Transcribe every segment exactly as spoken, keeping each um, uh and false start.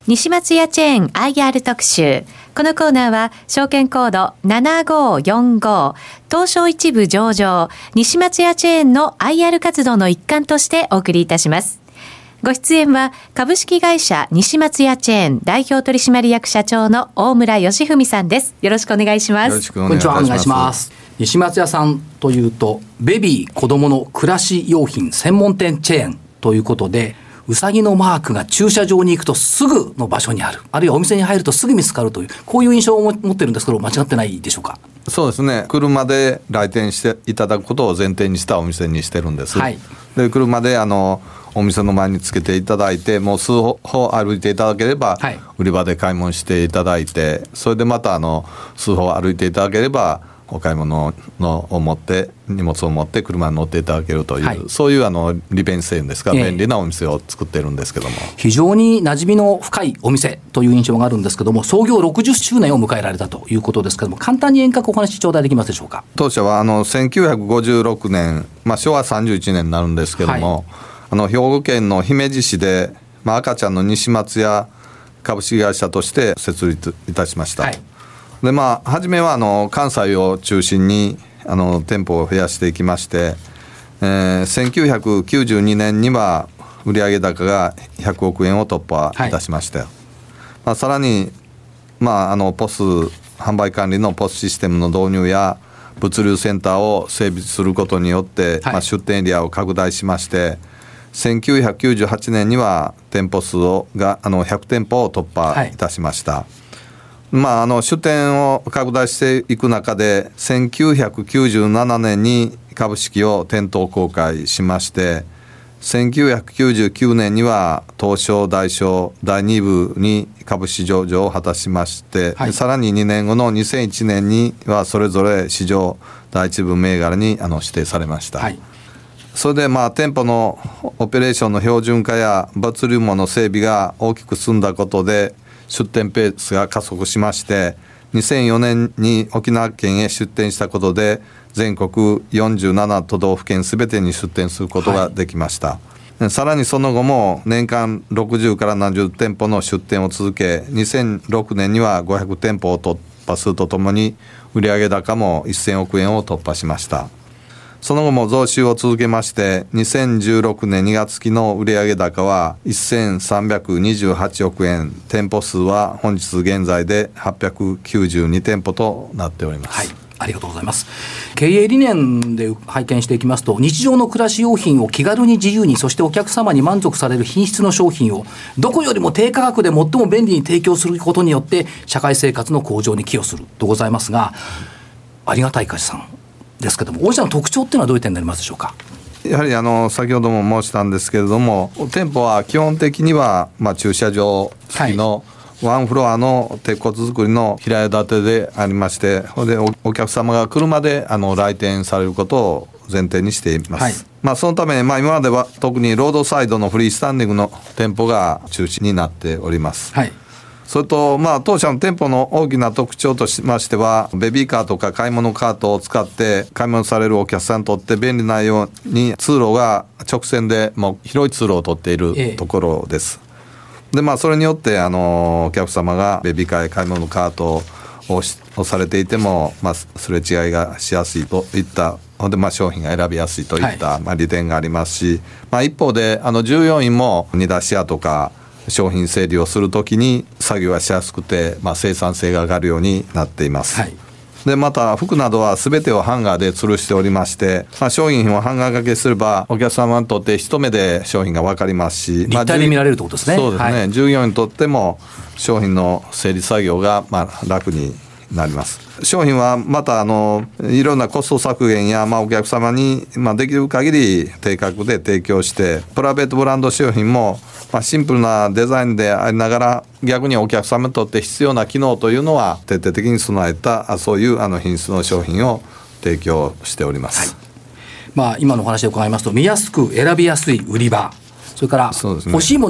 西松屋チェーン アイアール 特集。このコーナーは証券コードななごよんご東証一部上場西松屋チェーンの アイアール 活動の一環としてお送りいたします。ご出演は株式会社西松屋チェーン代表取締役社長の大村義文さんです。よろしくお願いします。 よろしくお願いします。こんにちは、お願いします。西松屋さんというとベビー子どもの暮らし用品専門店チェーンということで、うさぎのマークが駐車場に行くとすぐの場所にある、あるいはお店に入るとすぐ見つかるという、こういう印象を持ってるんですけど、間違ってないでしょうか。 そうですね、車で来店していただくことを前提にしたお店にしてるんです、はい、で車であのお店の前につけていただいて、もう数歩歩いていただければ、はい、売り場で買い物していただいて、それでまたあの数歩歩いていただければお買い物のを持って荷物を持って車に乗っていただけるという、はい、そういうあの利便性ですか、えー、便利なお店を作ってるんですけども、 非常に馴染みの深いお店という印象があるんですけども、創業ろくじゅっしゅうねんを迎えられたということですけども、簡単に遠隔お話頂戴できますでしょうか。 当社はあのせんきゅうひゃくごじゅうろくねん、まあ、しょわさんじゅういちねんになるんですけども、はい、あの兵庫県の姫路市で、まあ、赤ちゃんの西松屋株式会社として設立いたしました、はい。でまあ、初めはあの関西を中心にあの店舗を増やしていきまして、えー、せんきゅうひゃくきゅうじゅうにねんには売上高がひゃくおくえんを突破いたしました、はい。まあ、さらに、まあ、あのポス販売管理のポスシステムの導入や物流センターを整備することによって、はい、まあ、出店エリアを拡大しまして、せんきゅうひゃくきゅうじゅうはちねんには店舗数をがあのひゃくてんぽを突破いたしました、はい。まあ、あの出店を拡大していく中でせんきゅうひゃくきゅうじゅうななねんに株式を店頭公開しまして、せんきゅうひゃくきゅうじゅうきゅうねんには東証大商だいに部に株式上場を果たしまして、はい、さらににねんごのにせんいちねんにはそれぞれ市場だいいち部銘柄にあの指定されました、はい。それでまあ店舗のオペレーションの標準化や物流網の整備が大きく進んだことで出店ペースが加速しまして、にせんよねんに沖縄県へ出店したことで全国よんじゅうなな都道府県すべてに出店することができました、はい。さらにその後も年間ろくじゅうからななじゅう店舗の出店を続け、にせんろくねんにはごひゃく店舗を突破するとともに売上高もせんおくえんを突破しました。その後も増収を続けまして、にせんじゅうろくねんにがつ期の売上高はせんさんびゃくにじゅうはちおくえん、店舗数は本日現在ではっぴゃくきゅうじゅうにてんぽとなっております、 はい。ありがとうございます。経営理念で拝見していきますと、日常の暮らし用品を気軽に自由に、そしてお客様に満足される品質の商品をどこよりも低価格で最も便利に提供することによって社会生活の向上に寄与するとございますが、ありがたい会社さんですけども、御社の特徴っていうのはどういう点になりますでしょうか。 やはりあの先ほども申したんですけれども、店舗は基本的にはまあ駐車場付きのワンフロアの鉄骨造りの平屋建てでありまして、それで お, お客様が車であの来店されることを前提にしています、はい。まあ、そのため、まあ、今までは特にロードサイドのフリースタンディングの店舗が中心になっております、はい。それと、まあ、当社の店舗の大きな特徴としましては、ベビーカーとか買い物カートを使って買い物されるお客さんにとって便利なように通路が直線でもう広い通路を取っているところです、ええ。でまあ、それによってあのお客様がベビーカーや買い物カートををされていても、まあ、すれ違いがしやすいといったで、まあ、商品が選びやすいといった、はい、まあ、利点がありますし、まあ、一方であの従業員も荷出し屋とか商品整理をするときに作業がしやすくて、まあ、生産性が上がるようになっています、はい。でまた服などは全てをハンガーで吊るしておりまして、まあ、商品をハンガー掛けすればお客様にとって一目で商品が分かりますし、 立体で見られるということですね。 そうですね、はい。従業員にとっても商品の整理作業がまあ楽になります。商品はまたあのいろんなコスト削減や、まあ、お客様にまあできる限り低価格で提供して、プライベートブランド商品もまあシンプルなデザインでありながら逆にお客様にとって必要な機能というのは徹底的に備えたそういうあの品質の商品を提供しております、はい。 まあ、今のお話で伺いますと見やすく選びやすい売り場、それから欲しいものが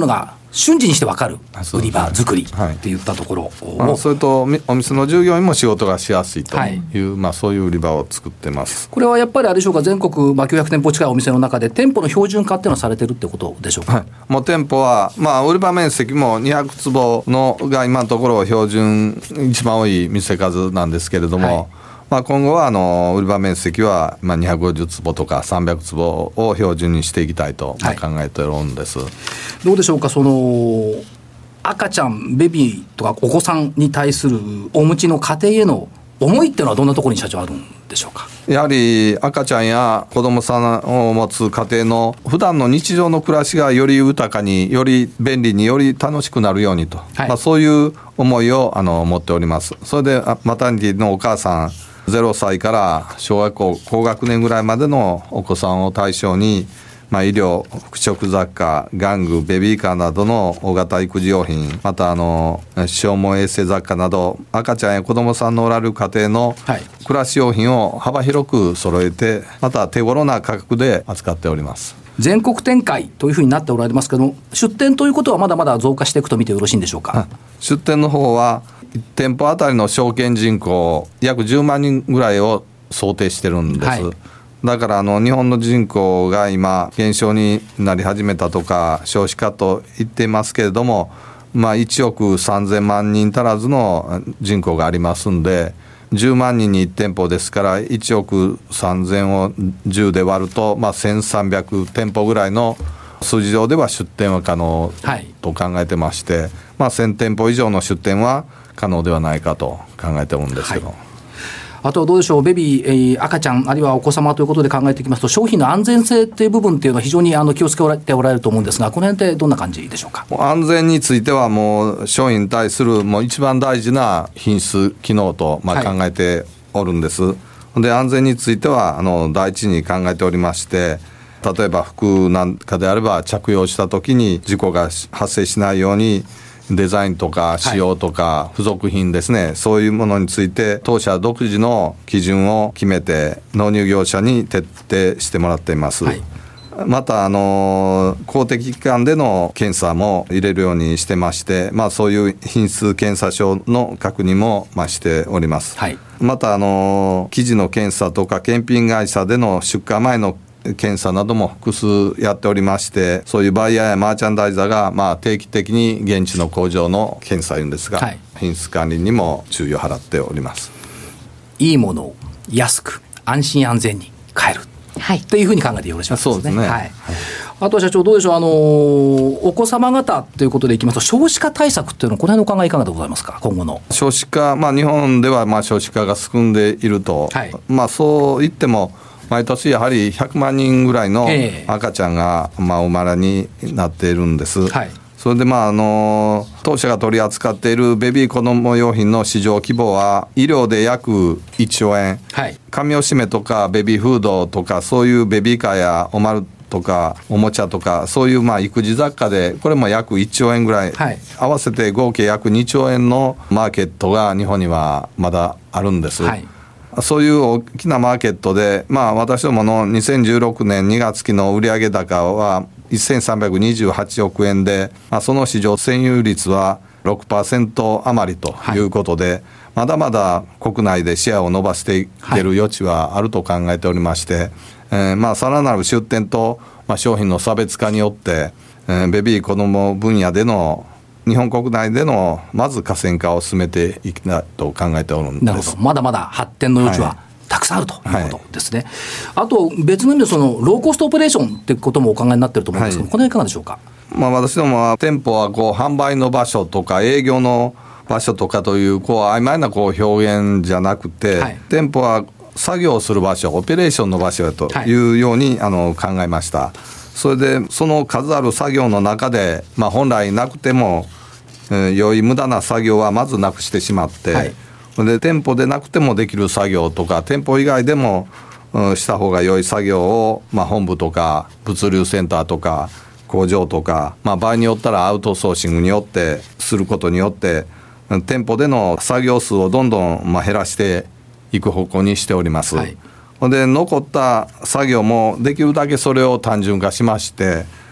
瞬時にして分かる売り場作りっていったところを、 はい、それとお店の従業員も仕事がしやすいという、はいまあ、そういう売り場を作ってます。 これはやっぱりあれでしょうか、全国、まあ、きゅうひゃくてんぽ近いお店の中で店舗の標準化っていうのはされてるってことでしょうか。はい、 もう店舗は、まあ、売り場面積もにひゃくつぼのが今のところ標準一番多い店数なんですけれども、はいまあ、今後はあの売り場面積はまあにひゃくごじゅうつぼとかさんびゃくつぼを標準にしていきたいとまあ考えているんです。はい、 どうでしょうか、その赤ちゃんベビーとかお子さんに対するお持ちの家庭への思いっていうのはどんなところに社長あるんでしょうか。 やはり赤ちゃんや子どもさんを持つ家庭の普段の日常の暮らしがより豊かにより便利により楽しくなるようにと、はいまあ、そういう思いをあの持っております。それでマタニティのお母さんゼロさいから小学校高学年ぐらいまでのお子さんを対象に、まあ、医療、服飾雑貨、玩具、ベビーカーなどの大型育児用品、またあの消耗衛生雑貨など赤ちゃんや子どもさんのおられる家庭の暮らし用品を幅広く揃えて、また手頃な価格で扱っております。 全国展開というふうになっておられますけど、出店ということはまだまだ増加していくと見てよろしいんでしょうか。 出店の方はいち店舗あたりの証券人口約じゅうまんにんぐらいを想定してるんです。はい、だからあの日本の人口が今減少になり始めたとか少子化と言っていますけれども、まあ、いちおくさんぜんまんにん足らずの人口がありますんで、じゅうまんにんにいち店舗ですからいちおくさんぜんをじゅうで割ると、まあ、せんさんびゃくてんぽぐらいの数字上では出店は可能と考えてまして、はいまあ、せん店舗以上の出店は可能ではないかと考えてるんですけど、はい、 あとはどうでしょう、ベビー、えー、赤ちゃんあるいはお子様ということで考えていきますと、商品の安全性という部分っていうのは非常にあの気をつけておられると思うんですが、この辺ってどんな感じでしょうか。 安全についてはもう商品に対するもう一番大事な品質機能とまあ考えておるんです。はい、で安全についてはあの第一に考えておりまして、例えば服なんかであれば着用した時に事故が発生しないようにデザインとか仕様とか付属品ですね、はい、そういうものについて当社独自の基準を決めて納入業者に徹底してもらっています。はい、またあの公的機関での検査も入れるようにしてまして、まあ、そういう品質検査証の確認もまあしております。はい、またあの生地の検査とか検品会社での出荷前の検査なども複数やっておりまして、そういうバイヤーやマーチャンダイザーがまあ定期的に現地の工場の検査いるんですが、はい、品質管理にも注意を払っております。 いいものを安く安心安全に買える、はい、というふうに考えてよろしいですね。そうですね、はいはい、あとは社長どうでしょう、あのお子様方ということでいきますと少子化対策というのはこの辺のお考えいかがでございますか。今後の少子化、まあ、日本ではまあ少子化が進んでいると、はいまあ、そう言っても毎年やはりひゃくまんにんぐらいの赤ちゃんがまあお生まれになっているんです。はい、それでまああの当社が取り扱っているベビー子ども用品の市場規模は医療で約いっちょうえん、はい、紙おしめとかベビーフードとかそういうベビーカーやおまるとかおもちゃとかそういうまあ育児雑貨でこれも約いっちょうえんぐらい、はい、合わせて合計約にちょうえんのマーケットが日本にはまだあるんです。はい、そういう大きなマーケットで、まあ、私どものにせんじゅうろくねんにがつ期の売上高はせんさんびゃくにじゅうはちおくえんで、まあ、その市場占有率は ろくパーセント 余りということで、はい、まだまだ国内でシェアを伸ばしていける余地はあると考えておりまして、はいえーまあ、さらなる出店と、まあ、商品の差別化によって、えー、ベビー子ども分野での日本国内でのまず河川化を進めていきたいと考えておるんです。 なるほど、まだまだ発展の余地は、はい、たくさんあるということですね。はい、あと別の意味でそのローコストオペレーションってこともお考えになっていると思うんですけど、はい、この辺いかがでしょうか。 まあ、私どもは店舗はこう販売の場所とか営業の場所とかというこう曖昧なこう表現じゃなくて、はい、店舗は作業する場所オペレーションの場所だというように、はい、あの考えました。それでその数ある作業の中で、まあ、本来なくてもえー、良い無駄な作業はまずなくしてしまって、はい、で店舗でなくてもできる作業とか店舗以外でも、うん、した方が良い作業を、まあ、本部とか物流センターとか工場とか、まあ、場合によったらアウトソーシングによってすることによって店舗での作業数をどんどん、まあ、減らしていく方向にしております。はい、で残った作業もできるだけそれを単純化しまして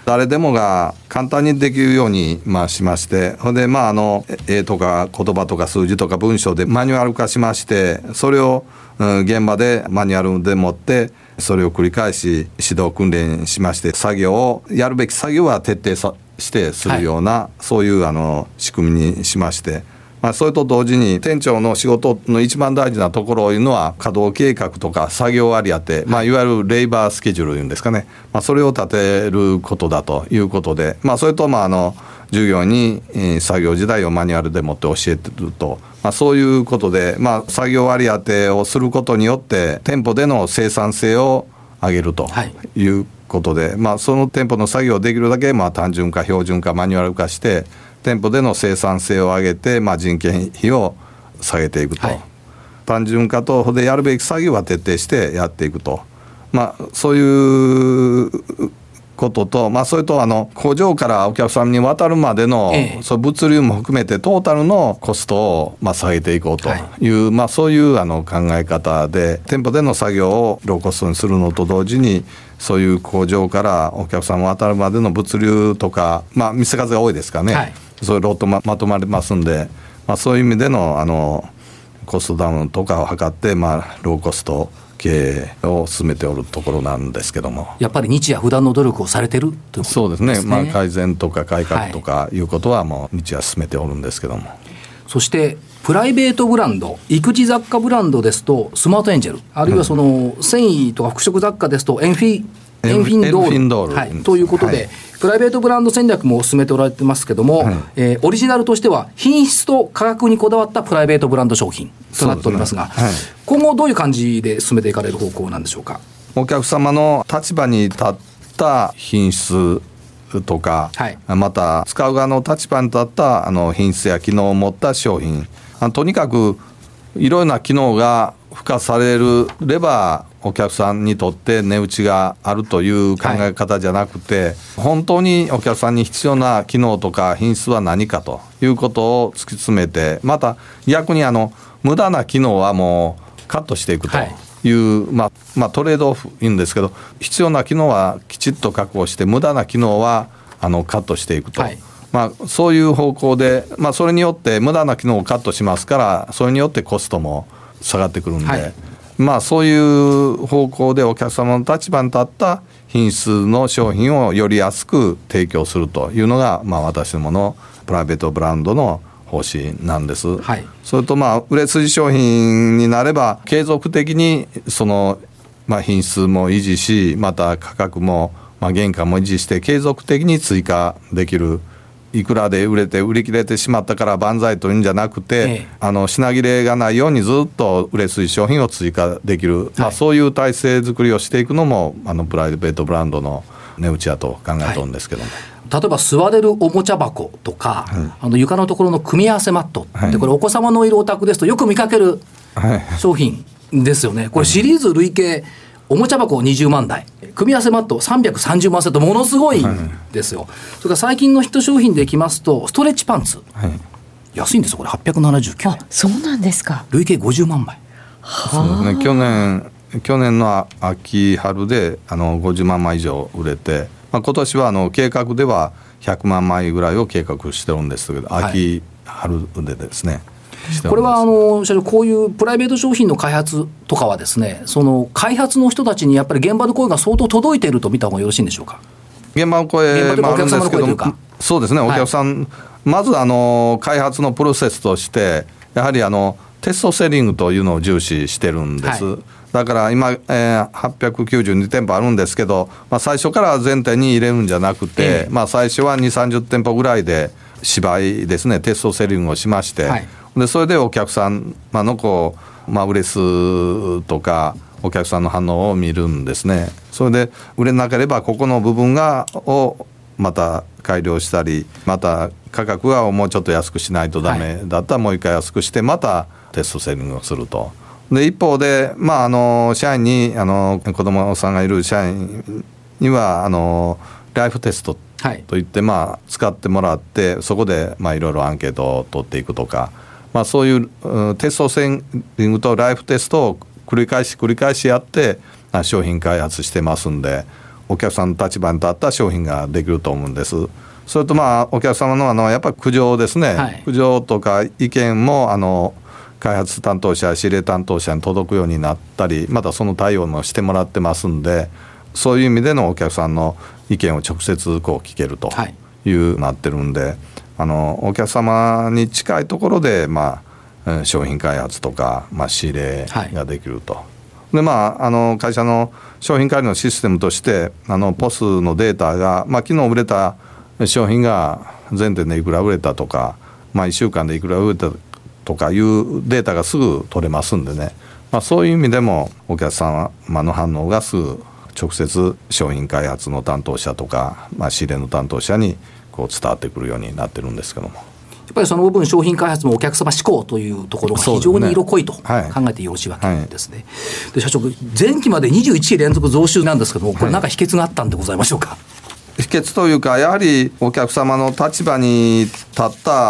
誰でもが簡単にできるようにまあしまして、ほんでまああの絵とか言葉とか数字とか文章でマニュアル化しまして、それを、うん、現場でマニュアルでもってそれを繰り返し指導訓練しまして、作業をやるべき作業は徹底さしてするような、はい、そういうあの仕組みにしまして、まあ、それと同時に店長の仕事の一番大事なところいうのは稼働計画とか作業割り当て、まあ、いわゆるレイバースケジュールいうんですかね、まあ、それを立てることだということで、まあ、それとまああの従業員に作業時代をマニュアルでもって教えてると、まあ、そういうことで、まあ、作業割り当てをすることによって店舗での生産性を上げるということで、はい、まあ、その店舗の作業をできるだけまあ単純化標準化マニュアル化して店舗での生産性を上げて、まあ、人件費を下げていくと、はい、単純化とでやるべき作業は徹底してやっていくと、まあ、そういうことと、まあ、それとあの工場からお客さんに渡るまでの、ええ、そう物流も含めてトータルのコストをまあ下げていこうという、はい、まあ、そういうあの考え方で店舗での作業をローコストにするのと同時に、そういう工場からお客さんを渡るまでの物流とか、まあ、店数が多いですからね、はい、そういうロート ま, まとまりますんで、まあ、そういう意味での、あのコストダウンとかを図って、まあ、ローコスト経営を進めておるところなんですけども、 やっぱり日夜不断の努力をされてるということですね。 そうですね、まあ、改善とか改革とかいうことはもう日夜進めておるんですけども、はい、 そしてプライベートブランド、育児雑貨ブランドですとスマートエンジェル、あるいはその繊維とか服飾雑貨ですとエンフィエンフィンドール、エンフィンドール、はい、ということで、はい、プライベートブランド戦略も進めておられてますけども、はい、えー、オリジナルとしては品質と価格にこだわったプライベートブランド商品となっておりますが、すね、はい、今後どういう感じで進めていかれる方向なんでしょうか。 お客様の立場に立った品質とか、はい、また使う側の立場に立ったあの品質や機能を持った商品、あのとにかくいろいろな機能が付加されればお客さんにとって値打ちがあるという考え方じゃなくて、はい、本当にお客さんに必要な機能とか品質は何かということを突き詰めて、また逆にあの無駄な機能はもうカットしていくという、はい、まあまあ、トレードオフいうんですけど、必要な機能はきちっと確保して無駄な機能はあのカットしていくと、はい、まあ、そういう方向で、まあ、それによって無駄な機能をカットしますから、それによってコストも下がってくるんで、はい、まあ、そういう方向でお客様の立場に立った品質の商品をより安く提供するというのが、まあ、私どものプライベートブランドの方針なんです、はい、それとまあ売れ筋商品になれば継続的にその、まあ、品質も維持し、また価格も、まあ、原価も維持して継続的に追加できる、いくらで売れて売り切れてしまったから万歳というんじゃなくて、ええ、あの品切れがないようにずっと売れ筋商品を追加できる、はい、まあ、そういう体制作りをしていくのもあのプライベートブランドの値打ちだと考えてるんですけども、 はい、例えば座れるおもちゃ箱とか、はい、あの床のところの組み合わせマット、はい、でこれお子様のいるお宅ですとよく見かける商品ですよね。これシリーズ累計おもちゃ箱にじゅうまんだい、組み合わせマットさんびゃくさんじゅうまんセット、ものすごいんですよ、はい、それから最近のヒット商品でいきますとストレッチパンツ、はい、安いんですよこれはっぴゃくななじゅうきゅうえん。 あ、そうなんですか。 累計ごじゅうまんまい。 そうですね、去年去年の秋春であのごじゅうまんまい以上売れて、まあ、今年はあの計画ではひゃくまんまいぐらいを計画してるんですけど、秋春でですね、 これはあの社長、こういうプライベート商品の開発とかはですね、その開発の人たちにやっぱり現場の声が相当届いていると見た方がよろしいんでしょうか。 現場の声もあるんですけど、そうですね、お客さん、はい、まずあの開発のプロセスとしてやはりあのテストセリングというのを重視してるんです、はい、だから今、えー、はっぴゃくきゅうじゅうにてんぽあるんですけど、まあ、最初から全店に入れるんじゃなくて、えーまあ、最初はにじゅう、さんじゅってんぽぐらいで芝居ですね、テストセリングをしまして、はい、でそれでお客さんのこう、まあ、売れ数とかお客さんの反応を見るんですね。それで売れなければここの部分がをまた改良したり、また価格はもうちょっと安くしないとダメだったらもう一回安くしてまたテストセリングをすると。で一方で、まあ、あの社員にあの子供さんがいる社員にはあのライフテストといって、まあ、使ってもらってそこでまあいろいろアンケートを取っていくとか、まあ、そういう、うん、テストセリングとライフテストを繰り返し繰り返しやって商品開発してますんで、 お客さんの立場に立った商品ができると思うんです。それとまあお客様のあのやっぱり苦情ですね、はい、苦情とか意見もあの開発担当者、指令担当者に届くようになったり、またその対応もしてもらってますんで、そういう意味でのお客さんの意見を直接こう聞けるという、はい、なってるんで、あのお客様に近いところで、まあ、商品開発とか、まあ、仕入れができると、はい、でまあ、あの会社の商品管理のシステムとしてあのポスのデータが、まあ、昨日売れた商品が全店でいくら売れたとか、まあ、いっしゅうかんでいくら売れたとかいうデータがすぐ取れますんでね、まあ、そういう意味でもお客様の反応がすぐ直接商品開発の担当者とか、まあ、仕入れの担当者にこう伝わってくるようになってるんですけども、やっぱりその部分商品開発もお客様志向というところが非常に色濃いと考えてよろしいわけですね。はい、で社長、前期までにじゅういちき連続増収なんですけども、これなんか秘訣があったんでございましょうか。はい、 秘訣というか、やはりお客様の立場に立った、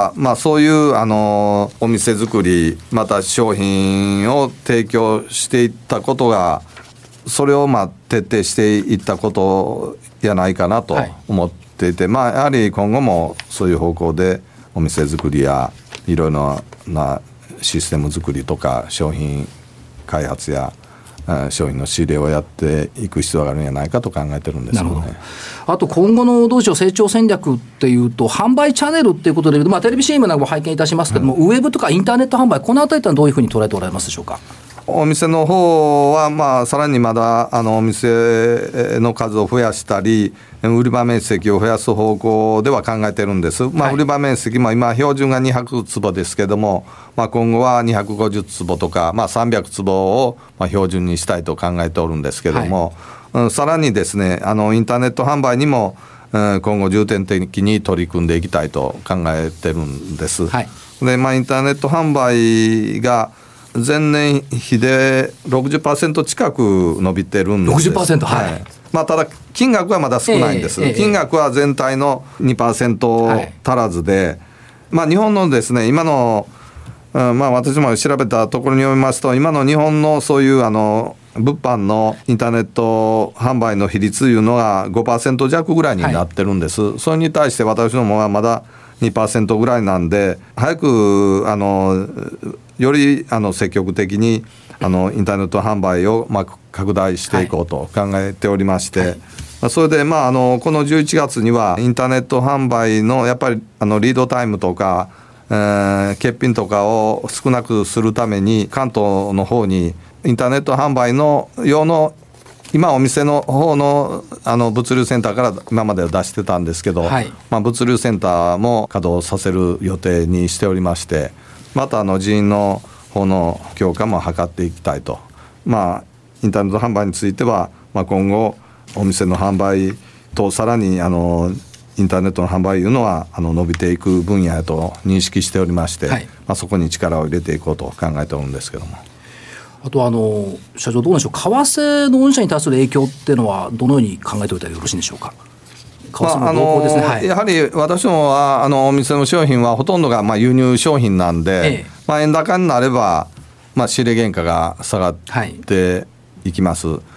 まあ、そういうあのお店作り、また商品を提供していったことが、それをまあ徹底していったことやないかなと思っていて、はい、まあ、やはり今後もそういう方向でお店作りやいろいろなシステム作りとか商品開発や商品の仕入れをやっていく必要があるんじゃないかと考えてるんですよね。 あと今後のどうでしょう、成長戦略っていうと、販売チャンネルっていうことで、まあ、テレビ シーエム なんかも拝見いたしますけども、うん、ウェブとかインターネット販売、このあたりというのはどういうふうに捉えておられますでしょうか。 お店の方はまあさらにまだあのお店の数を増やしたり、売り場面積を増やす方向では考えてるんです。まあ、売り場面積も今標準がにひゃくつぼですけども、まあ、今後はにひゃくごじゅうつぼとか、まあ、さんびゃくつぼをまあ標準にしたいと考えておるんですけども、はい、うん、さらにですね、あのインターネット販売にも、うん、今後重点的に取り組んでいきたいと考えてるんです。はい、でまあ、インターネット販売が前年比で ろくじゅっパーセント 近く伸びてるんです。 ろくじゅっパーセント、はい、 まあ、ただ金額はまだ少ないんです。えーえー、金額は全体の にパーセント 足らずで、はい、まあ、日本のですね今の、うん、まあ、私も調べたところによりますと、今の日本のそういうあの物販のインターネット販売の比率というのが ごパーセント 弱ぐらいになってるんです。はい、それに対して私どもはまだ にパーセント ぐらいなんで、早くあのよりあの積極的にあのインターネット販売をまあ拡大していこうと考えておりまして、はいはい、それでまああのこのじゅういちがつにはインターネット販売のやっぱりあのリードタイムとか、えー、欠品とかを少なくするために関東の方にインターネット販売の用の今お店の方のあの物流センターから今までは出してたんですけど、はい、まあ、物流センターも稼働させる予定にしておりまして、またあの人員の方の強化も図っていきたいと。まあ、インターネット販売については、まあ、今後お店の販売とさらにあのインターネットの販売いうのはあの伸びていく分野やと認識しておりまして、はい、まあ、そこに力を入れていこうと考えておるんですけども。 あとあの社長、どうでしょう、為替の御社に対する影響っていうのはどのように考えておいたらよろしいんでしょうか。 まああのはい、やはり私どもはあのお店の商品はほとんどがまあ輸入商品なんで、ええ、まあ、円高になれば、まあ、仕入れ原価が下がっていきます。はい、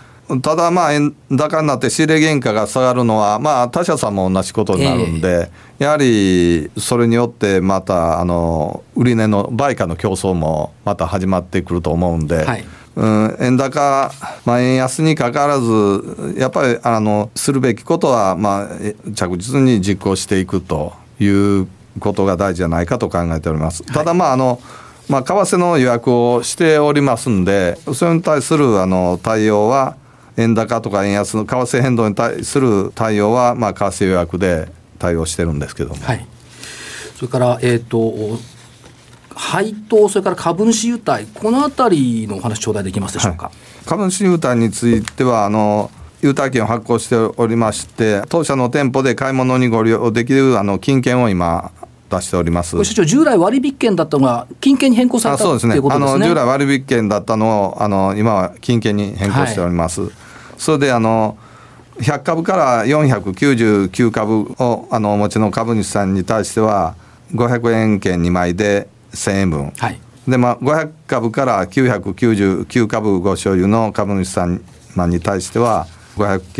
ただまあ円高になって仕入れ原価が下がるのは、まあ、他社さんも同じことになるんで、え、やはりそれによってまたあの売値の売価の競争もまた始まってくると思うんで、はい、うん、円高、まあ、円安にかかわらずやっぱりあのするべきことは、まあ、着実に実行していくということが大事じゃないかと考えております。ただまああのまあ、為替の予約をしておりますんで、それに対するあの対応は円高とか円安の為替変動に対する対応は、まあ、為替予約で対応してるんですけども、はい、 それから、えーと、配当、それから株主優待、このあたりのお話頂戴できますでしょうか。はい、 株主優待についてはあの優待券を発行しておりまして、当社の店舗で買い物にご利用できるあの金券を今出しております。 社長、従来割引券だったのが金券に変更されたということですね。 そうですね、あの従来割引券だったのをあの今は金券に変更しております。はい、それであのひゃっかぶからよんひゃくきゅうじゅうきゅうかぶをあのお持ちの株主さんに対してはごひゃくえん券にまいでせんえんぶん、はい、でまあ、ごひゃくかぶからきゅうひゃくきゅうじゅうきゅうかぶご所有の株主さんに対してはごひゃくけん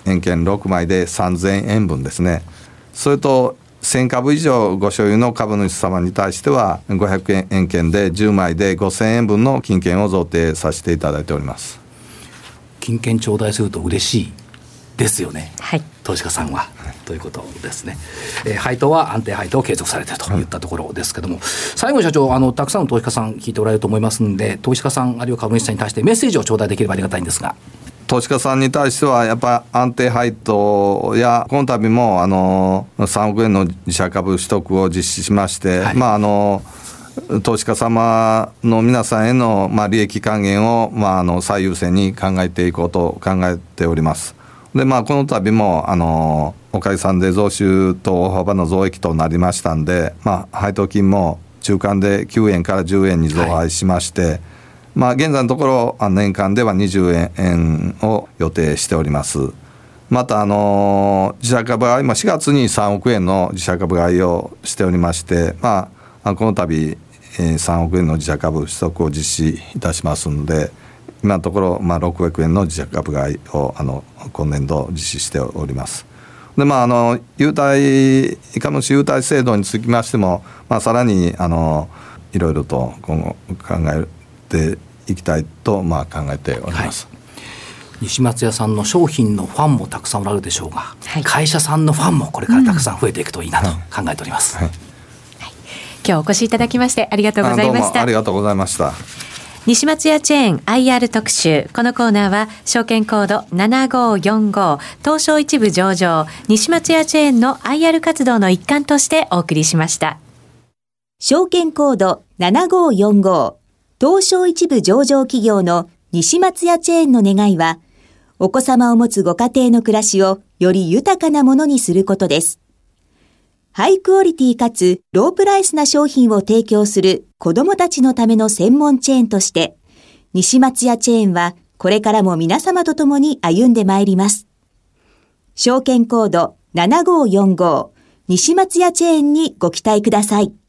円券ろくまいでさんぜんえんぶんですね。それとせんかぶ以上ご所有の株主様に対してはごひゃくえん券でじゅうまいでごせんえんぶんの金券を贈呈させていただいております。 金券頂戴すると嬉しいですよね、 はい、 投資家さんは、はい、ということですね、えー、配当は安定配当を継続されているといったところですけども、はい、最後に社長、あのたくさんの投資家さん聞いておられると思いますので、投資家さんあるいは株主さんに対してメッセージを頂戴できればありがたいんですが。 投資家さんに対してはやっぱり安定配当や、この度もあのさんおくえんの自社株取得を実施しまして、はい、まああの投資家様の皆さんへの、まあ、利益還元を、まあ、あの最優先に考えていこうと考えております。で、まあ、この度もあのおかげさんで増収と大幅な増益となりましたんで、まあ、配当金も中間できゅうえんからじゅうえんに増配しまして、はい、まあ、現在のところ年間ではにじゅうえんを予定しております。またあの自社株買い、まあ、しがつにさんおくえんの自社株買いをしておりまして、まあ、この度さんおくえんの自社株取得を実施いたしますので、今のところまあろくおくえんの自社株買いをあの今年度実施しております。で、まあ、あの優待株主優待制度につきましても、まあ、さらにあのいろいろと今後考えていきたいとまあ考えております。 はい、西松屋さんの商品のファンもたくさんおられるでしょうが、はい、会社さんのファンもこれからたくさん増えていくといいなと考えております。 はいはい、 今日お越しいただきましてありがとうございました。 どうもありがとうございました。 西松屋チェーン アイアール 特集。このコーナーは証券コードななごよんご東証一部上場西松屋チェーンの アイアール 活動の一環としてお送りしました。 証券コードななごよんご東証一部上場企業の西松屋チェーンの願いは、お子様を持つご家庭の暮らしをより豊かなものにすることです。ハイクオリティかつロープライスな商品を提供する子どもたちのための専門チェーンとして、西松屋チェーンはこれからも皆様と共に歩んでまいります。証券コードななごよんご西松屋チェーンにご期待ください。